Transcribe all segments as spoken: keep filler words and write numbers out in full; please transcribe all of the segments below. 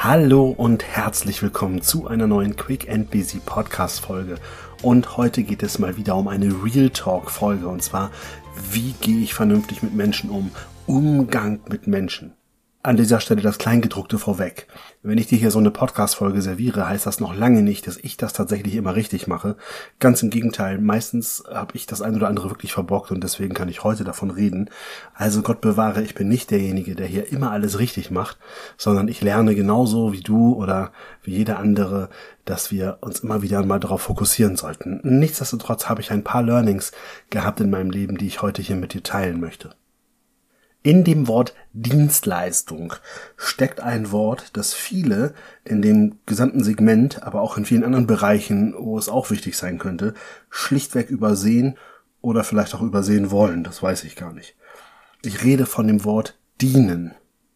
Hallo und herzlich willkommen zu einer neuen Quick and Busy Podcast Folge. Und heute geht es mal wieder um eine Real Talk Folge, und zwar, wie gehe ich vernünftig mit Menschen um? Umgang mit Menschen. An dieser Stelle das Kleingedruckte vorweg. Wenn ich dir hier so eine Podcast-Folge serviere, heißt das noch lange nicht, dass ich das tatsächlich immer richtig mache. Ganz im Gegenteil, meistens habe ich das ein oder andere wirklich verbockt und deswegen kann ich heute davon reden. Also Gott bewahre, ich bin nicht derjenige, der hier immer alles richtig macht, sondern ich lerne genauso wie du oder wie jeder andere, dass wir uns immer wieder mal darauf fokussieren sollten. Nichtsdestotrotz habe ich ein paar Learnings gehabt in meinem Leben, die ich heute hier mit dir teilen möchte. In dem Wort Dienstleistung steckt ein Wort, das viele in dem gesamten Segment, aber auch in vielen anderen Bereichen, wo es auch wichtig sein könnte, schlichtweg übersehen oder vielleicht auch übersehen wollen, das weiß ich gar nicht. Ich rede von dem Wort dienen.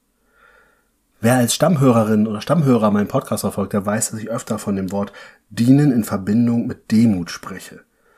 Wer als Stammhörerin oder Stammhörer meinen Podcast verfolgt, der weiß, dass ich öfter von dem Wort dienen in Verbindung mit Demut spreche.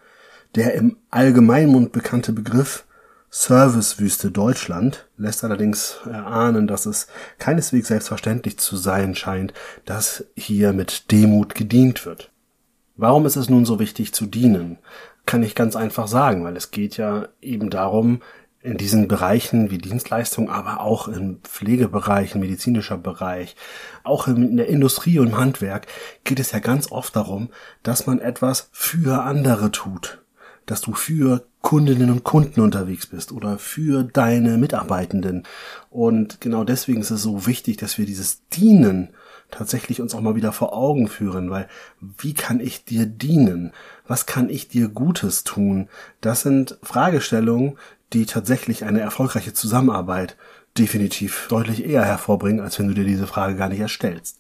Der im Allgemeinmund bekannte Begriff Servicewüste Deutschland lässt allerdings erahnen, dass es keineswegs selbstverständlich zu sein scheint, dass hier mit Demut gedient wird. Warum ist es nun so wichtig zu dienen? Kann ich ganz einfach sagen, weil es geht ja eben darum, in diesen Bereichen wie Dienstleistung, aber auch im Pflegebereich, im medizinischer Bereich, auch in der Industrie und im Handwerk geht es ja ganz oft darum, dass man etwas für andere tut. Dass du für Kundinnen und Kunden unterwegs bist oder für deine Mitarbeitenden. Und genau deswegen ist es so wichtig, dass wir dieses Dienen tatsächlich uns auch mal wieder vor Augen führen, weil wie kann ich dir dienen? Was kann ich dir Gutes tun? Das sind Fragestellungen, die tatsächlich eine erfolgreiche Zusammenarbeit definitiv deutlich eher hervorbringen, als wenn du dir diese Frage gar nicht erst stellst.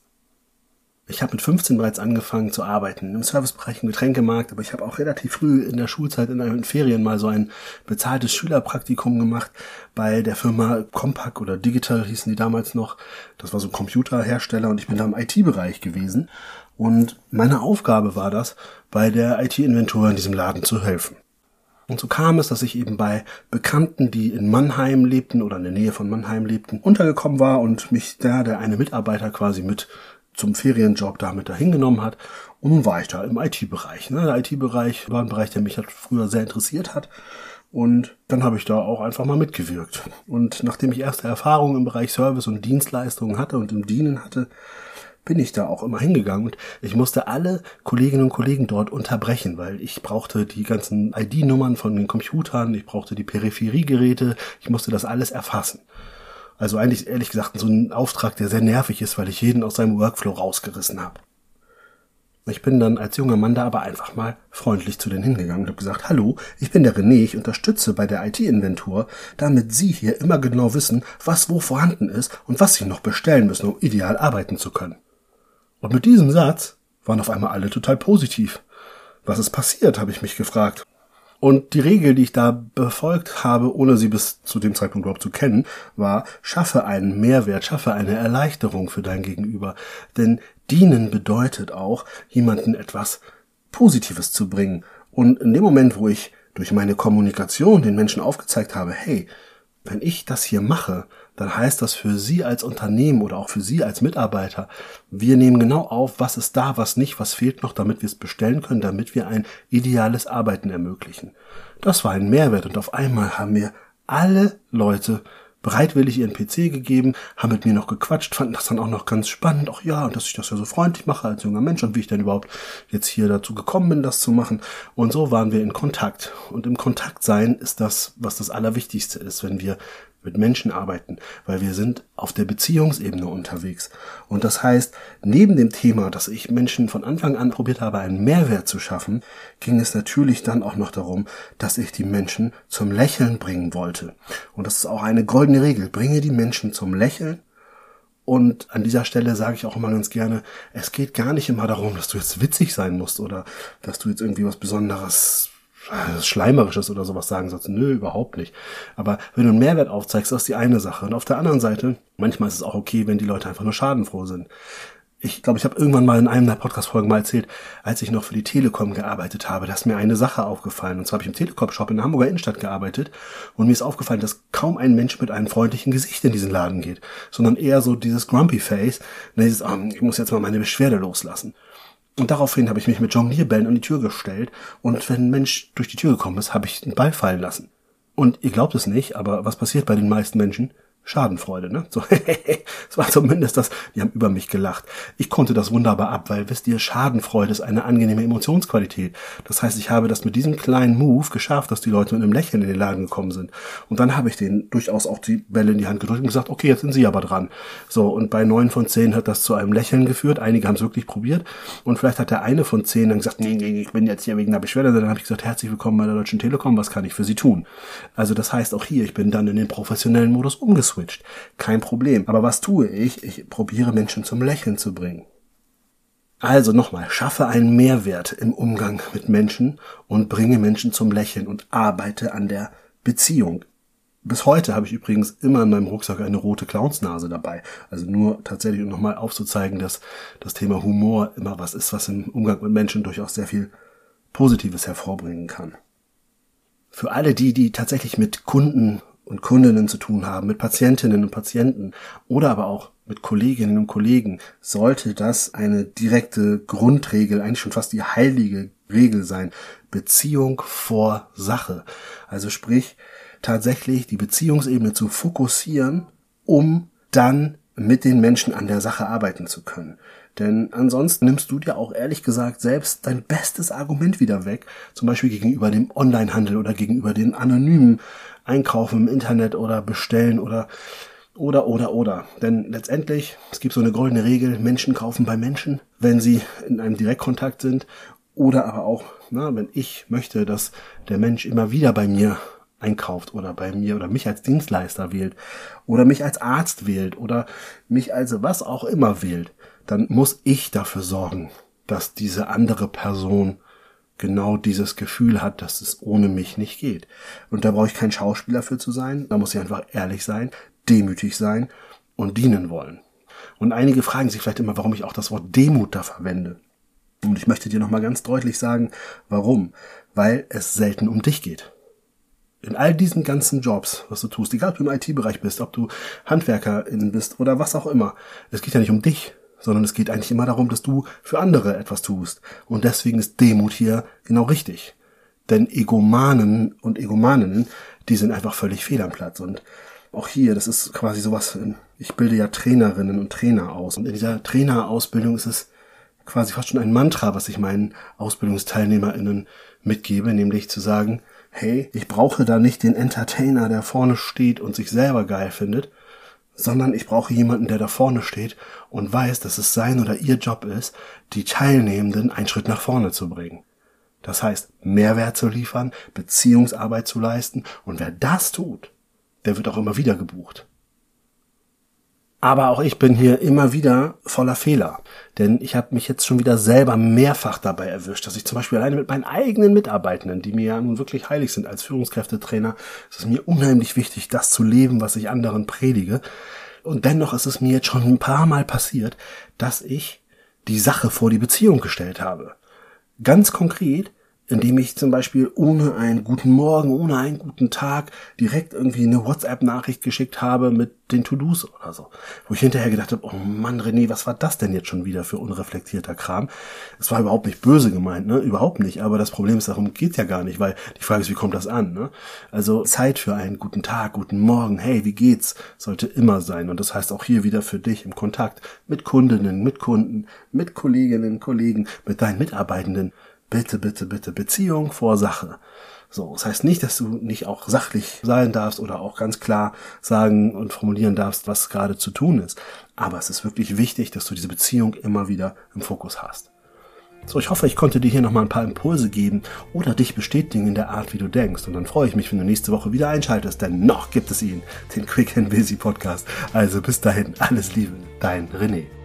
Ich habe mit fünfzehn bereits angefangen zu arbeiten, im Servicebereich, im Getränkemarkt, aber ich habe auch relativ früh in der Schulzeit, in den Ferien mal so ein bezahltes Schülerpraktikum gemacht bei der Firma Compaq oder Digital hießen die damals noch. Das war so ein Computerhersteller und ich bin da im I T-Bereich gewesen. Und meine Aufgabe war das, bei der I T-Inventur in diesem Laden zu helfen. Und so kam es, dass ich eben bei Bekannten, die in Mannheim lebten oder in der Nähe von Mannheim lebten, untergekommen war und mich da der eine Mitarbeiter quasi mit zum Ferienjob damit dahin genommen hat. Und nun war ich da im I T-Bereich. Ne? Der I T-Bereich war ein Bereich, der mich halt früher sehr interessiert hat. Und dann habe ich da auch einfach mal mitgewirkt. Und nachdem ich erste Erfahrungen im Bereich Service und Dienstleistungen hatte und im Dienen hatte, bin ich da auch immer hingegangen. Und ich musste alle Kolleginnen und Kollegen dort unterbrechen, weil ich brauchte die ganzen I D-Nummern von den Computern, ich brauchte die Peripheriegeräte, ich musste das alles erfassen. Also eigentlich, ehrlich gesagt, so ein Auftrag, der sehr nervig ist, weil ich jeden aus seinem Workflow rausgerissen habe. Ich bin dann als junger Mann da aber einfach mal freundlich zu denen hingegangen und habe gesagt, hallo, ich bin der René, ich unterstütze bei der I T-Inventur, damit Sie hier immer genau wissen, was wo vorhanden ist und was Sie noch bestellen müssen, um ideal arbeiten zu können. Und mit diesem Satz waren auf einmal alle total positiv. Was ist passiert, habe ich mich gefragt. Und die Regel, die ich da befolgt habe, ohne sie bis zu dem Zeitpunkt überhaupt zu kennen, war, schaffe einen Mehrwert, schaffe eine Erleichterung für dein Gegenüber. Denn dienen bedeutet auch, jemandem etwas Positives zu bringen. Und in dem Moment, wo ich durch meine Kommunikation den Menschen aufgezeigt habe, hey, wenn ich das hier mache, dann heißt das für Sie als Unternehmen oder auch für Sie als Mitarbeiter, wir nehmen genau auf, was ist da, was nicht, was fehlt noch, damit wir es bestellen können, damit wir ein ideales Arbeiten ermöglichen. Das war ein Mehrwert und auf einmal haben mir alle Leute bereitwillig ihren P C gegeben, haben mit mir noch gequatscht, fanden das dann auch noch ganz spannend, ach ja, und dass ich das ja so freundlich mache als junger Mensch und wie ich denn überhaupt jetzt hier dazu gekommen bin, das zu machen. Und so waren wir in Kontakt. Und im Kontakt sein ist das, was das Allerwichtigste ist, wenn wir mit Menschen arbeiten, weil wir sind auf der Beziehungsebene unterwegs. Und das heißt, neben dem Thema, dass ich Menschen von Anfang an probiert habe, einen Mehrwert zu schaffen, ging es natürlich dann auch noch darum, dass ich die Menschen zum Lächeln bringen wollte. Und das ist auch eine goldene Regel. Bringe die Menschen zum Lächeln. Und an dieser Stelle sage ich auch immer ganz gerne, es geht gar nicht immer darum, dass du jetzt witzig sein musst oder dass du jetzt irgendwie was Besonderes Schleimerisches oder sowas sagen sollst. Nö, überhaupt nicht. Aber wenn du einen Mehrwert aufzeigst, das ist die eine Sache. Und auf der anderen Seite, manchmal ist es auch okay, wenn die Leute einfach nur schadenfroh sind. Ich glaube, ich habe irgendwann mal in einem der Podcast-Folgen mal erzählt, als ich noch für die Telekom gearbeitet habe, dass mir eine Sache aufgefallen. Und zwar habe ich im Telekom-Shop in der Hamburger Innenstadt gearbeitet und mir ist aufgefallen, dass kaum ein Mensch mit einem freundlichen Gesicht in diesen Laden geht, sondern eher so dieses Grumpy Face, dieses, oh, ich muss jetzt mal meine Beschwerde loslassen. Und daraufhin habe ich mich mit Jonglierbällen an die Tür gestellt und wenn ein Mensch durch die Tür gekommen ist, habe ich einen Ball fallen lassen. Und ihr glaubt es nicht, aber was passiert bei den meisten Menschen? Schadenfreude, ne? So, es war zumindest das, die haben über mich gelacht. Ich konnte das wunderbar ab, weil, wisst ihr, Schadenfreude ist eine angenehme Emotionsqualität. Das heißt, ich habe das mit diesem kleinen Move geschafft, dass die Leute mit einem Lächeln in den Laden gekommen sind. Und dann habe ich denen durchaus auch die Bälle in die Hand gedrückt und gesagt, okay, jetzt sind sie aber dran. So, und bei neun von zehn hat das zu einem Lächeln geführt. Einige haben es wirklich probiert. Und vielleicht hat der eine von zehn dann gesagt, nee, nee, ich bin jetzt hier wegen einer Beschwerde. Dann habe ich gesagt, herzlich willkommen bei der Deutschen Telekom, was kann ich für Sie tun? Also das heißt auch hier, ich bin dann in den professionellen Modus umgeswitcht. Kein Problem. Aber was tue ich? Ich probiere Menschen zum Lächeln zu bringen. Also nochmal, schaffe einen Mehrwert im Umgang mit Menschen und bringe Menschen zum Lächeln und arbeite an der Beziehung. Bis heute habe ich übrigens immer in meinem Rucksack eine rote Clownsnase dabei. Also nur tatsächlich, um nochmal aufzuzeigen, dass das Thema Humor immer was ist, was im Umgang mit Menschen durchaus sehr viel Positives hervorbringen kann. Für alle die, die tatsächlich mit Kunden und Kundinnen zu tun haben, mit Patientinnen und Patienten oder aber auch mit Kolleginnen und Kollegen, sollte das eine direkte Grundregel, eigentlich schon fast die heilige Regel sein. Beziehung vor Sache. Also sprich, tatsächlich die Beziehungsebene zu fokussieren, um dann mit den Menschen an der Sache arbeiten zu können. Denn ansonsten nimmst du dir auch ehrlich gesagt selbst dein bestes Argument wieder weg, zum Beispiel gegenüber dem Onlinehandel oder gegenüber den anonymen Einkaufen im Internet oder bestellen oder oder oder oder. Denn letztendlich, es gibt so eine goldene Regel, Menschen kaufen bei Menschen, wenn sie in einem Direktkontakt sind oder aber auch, na, wenn ich möchte, dass der Mensch immer wieder bei mir einkauft oder bei mir oder mich als Dienstleister wählt oder mich als Arzt wählt oder mich als was auch immer wählt, dann muss ich dafür sorgen, dass diese andere Person genau dieses Gefühl hat, dass es ohne mich nicht geht. Und da brauche ich kein Schauspieler für zu sein, da muss ich einfach ehrlich sein, demütig sein und dienen wollen. Und einige fragen sich vielleicht immer, warum ich auch das Wort Demut da verwende. Und ich möchte dir nochmal ganz deutlich sagen, warum. Weil es selten um dich geht. In all diesen ganzen Jobs, was du tust, egal ob du im I T-Bereich bist, ob du Handwerkerin bist oder was auch immer, es geht ja nicht um dich, sondern es geht eigentlich immer darum, dass du für andere etwas tust. Und deswegen ist Demut hier genau richtig. Denn Egomanen und Egomaninnen, die sind einfach völlig fehl am Platz. Und auch hier, das ist quasi sowas, ich bilde ja Trainerinnen und Trainer aus. Und in dieser Trainerausbildung ist es quasi fast schon ein Mantra, was ich meinen AusbildungsteilnehmerInnen mitgebe, nämlich zu sagen, hey, ich brauche da nicht den Entertainer, der vorne steht und sich selber geil findet, sondern ich brauche jemanden, der da vorne steht und weiß, dass es sein oder ihr Job ist, die Teilnehmenden einen Schritt nach vorne zu bringen. Das heißt, Mehrwert zu liefern, Beziehungsarbeit zu leisten und wer das tut, der wird auch immer wieder gebucht. Aber auch ich bin hier immer wieder voller Fehler, denn ich habe mich jetzt schon wieder selber mehrfach dabei erwischt, dass ich zum Beispiel alleine mit meinen eigenen Mitarbeitenden, die mir ja nun wirklich heilig sind als Führungskräftetrainer, es ist mir unheimlich wichtig, das zu leben, was ich anderen predige. Und dennoch ist es mir jetzt schon ein paar Mal passiert, dass ich die Sache vor die Beziehung gestellt habe. Ganz konkret, indem ich zum Beispiel ohne einen guten Morgen, ohne einen guten Tag direkt irgendwie eine WhatsApp-Nachricht geschickt habe mit den To-Dos oder so. Wo ich hinterher gedacht habe, oh Mann, René, was war das denn jetzt schon wieder für unreflektierter Kram? Es war überhaupt nicht böse gemeint, ne? Überhaupt nicht. Aber das Problem ist, darum geht's ja gar nicht, weil die Frage ist, wie kommt das an, ne? Also Zeit für einen guten Tag, guten Morgen, hey, wie geht's? Sollte immer sein. Und das heißt auch hier wieder für dich im Kontakt mit Kundinnen, mit Kunden, mit Kolleginnen, Kollegen, mit deinen Mitarbeitenden. Bitte, bitte, bitte, Beziehung vor Sache. So, das heißt nicht, dass du nicht auch sachlich sein darfst oder auch ganz klar sagen und formulieren darfst, was gerade zu tun ist. Aber es ist wirklich wichtig, dass du diese Beziehung immer wieder im Fokus hast. So, ich hoffe, ich konnte dir hier nochmal ein paar Impulse geben oder dich bestätigen in der Art, wie du denkst. Und dann freue ich mich, wenn du nächste Woche wieder einschaltest, denn noch gibt es ihn, den Quick and Busy Podcast. Also bis dahin, alles Liebe, dein René.